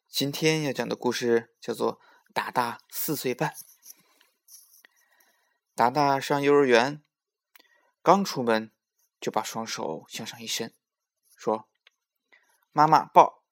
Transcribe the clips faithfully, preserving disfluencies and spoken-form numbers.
今天要讲的故事叫做《达达四岁半》。达达上幼儿园，刚出门就把双手向上一伸，说：“妈妈抱。”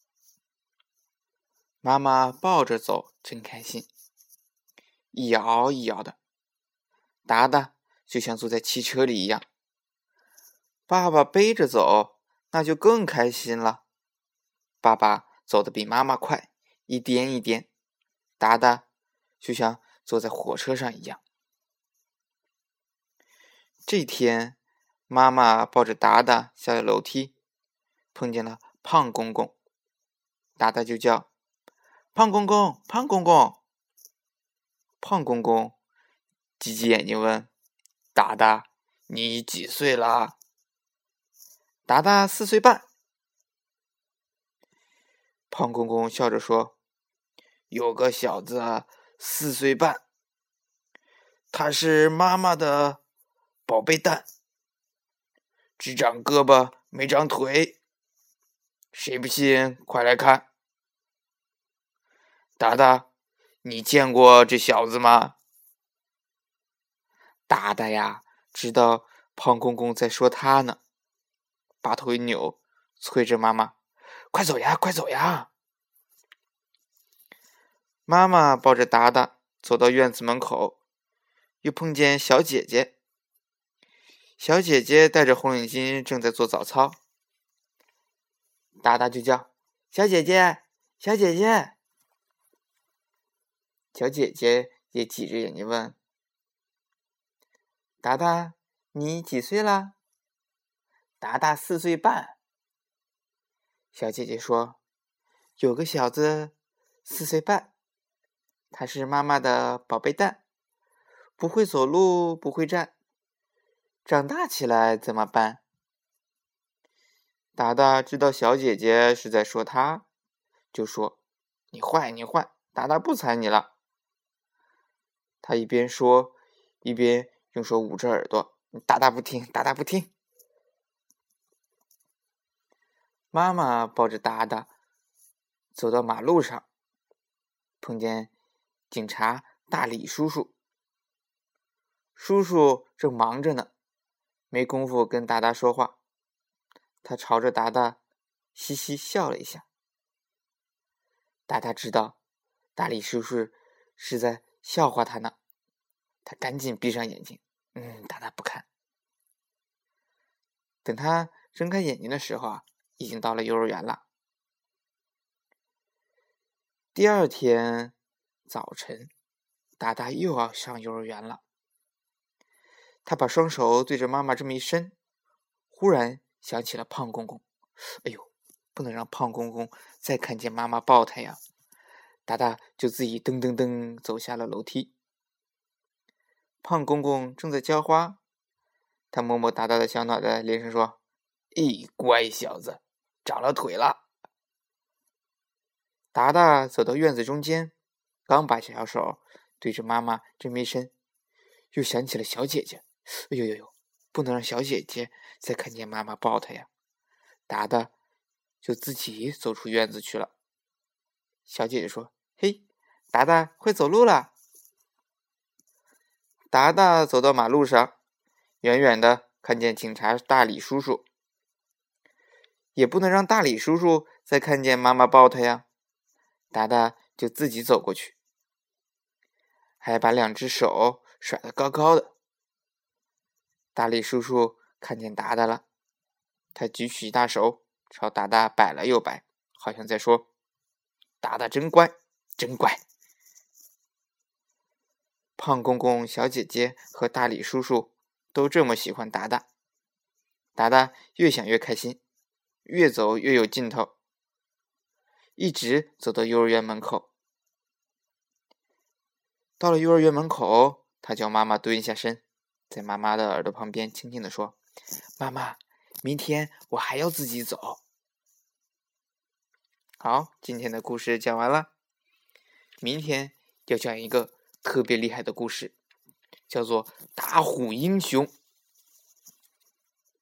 妈妈抱着走，真开心。一摇一摇的，达达就像坐在汽车里一样。爸爸背着走，那就更开心了。爸爸走得比妈妈快，一颠一颠，达达就像坐在火车上一样。这天，妈妈抱着达达下了楼梯，碰见了胖公公，达达就叫：“胖公公，胖公公。”胖公公挤挤眼睛问：“达达，你几岁啦？”达达四岁半。胖公公笑着说：“有个小子四岁半，他是妈妈的宝贝蛋，只长胳膊没长腿，谁不信快来看。”达达，你见过这小子吗？达达呀，知道胖公公在说他呢，把头一扭，催着妈妈：“快走呀，快走呀！”妈妈抱着达达走到院子门口，又碰见小姐姐。小姐姐戴着红领巾，正在做早操。达达就叫：“小姐姐，小姐姐！”小姐姐也挤着眼睛问：“达达，你几岁啦？”达达四岁半。小姐姐说：“有个小子四岁半，他是妈妈的宝贝蛋，不会走路，不会站，长大起来怎么办？”达达知道小姐姐是在说他，就说：“你坏，你坏，达达不睬你了。”他一边说，一边用手捂着耳朵，达达不听，达达不听。妈妈抱着达达走到马路上，碰见警察大李叔叔。叔叔正忙着呢，没工夫跟达达说话。他朝着达达嘻嘻笑了一下。达达知道大李叔叔是在笑话他呢，他赶紧闭上眼睛。嗯，达达不看。等他睁开眼睛的时候啊，已经到了幼儿园了。第二天早晨，达达又要上幼儿园了。他把双手对着妈妈这么一伸，忽然想起了胖公公。哎呦，不能让胖公公再看见妈妈抱他呀！达达就自己噔噔噔走下了楼梯。胖公公正在浇花，他摸摸达达的小脑袋，连声说：“咦，乖小子，长了腿了。”达达走到院子中间，刚把小手对着妈妈这么一伸，又想起了小姐姐。哎呦呦呦，不能让小姐姐再看见妈妈抱她呀！达达就自己走出院子去了。小姐姐说：“嘿，达达会走路了。”达达走到马路上，远远的看见警察大李叔叔，也不能让大李叔叔再看见妈妈抱他呀。达达就自己走过去，还把两只手甩得高高的。大李叔叔看见达达了，他举起一大手朝达达摆了又摆，好像在说：“达达真乖，真乖。”胖公公、小姐姐和大李叔叔都这么喜欢达达，达达越想越开心，越走越有劲头，一直走到幼儿园门口。到了幼儿园门口，他叫妈妈蹲下身，在妈妈的耳朵旁边轻轻地说：“妈妈，明天我还要自己走。”好，今天的故事讲完了。明天要讲一个特别厉害的故事，叫做打虎英雄。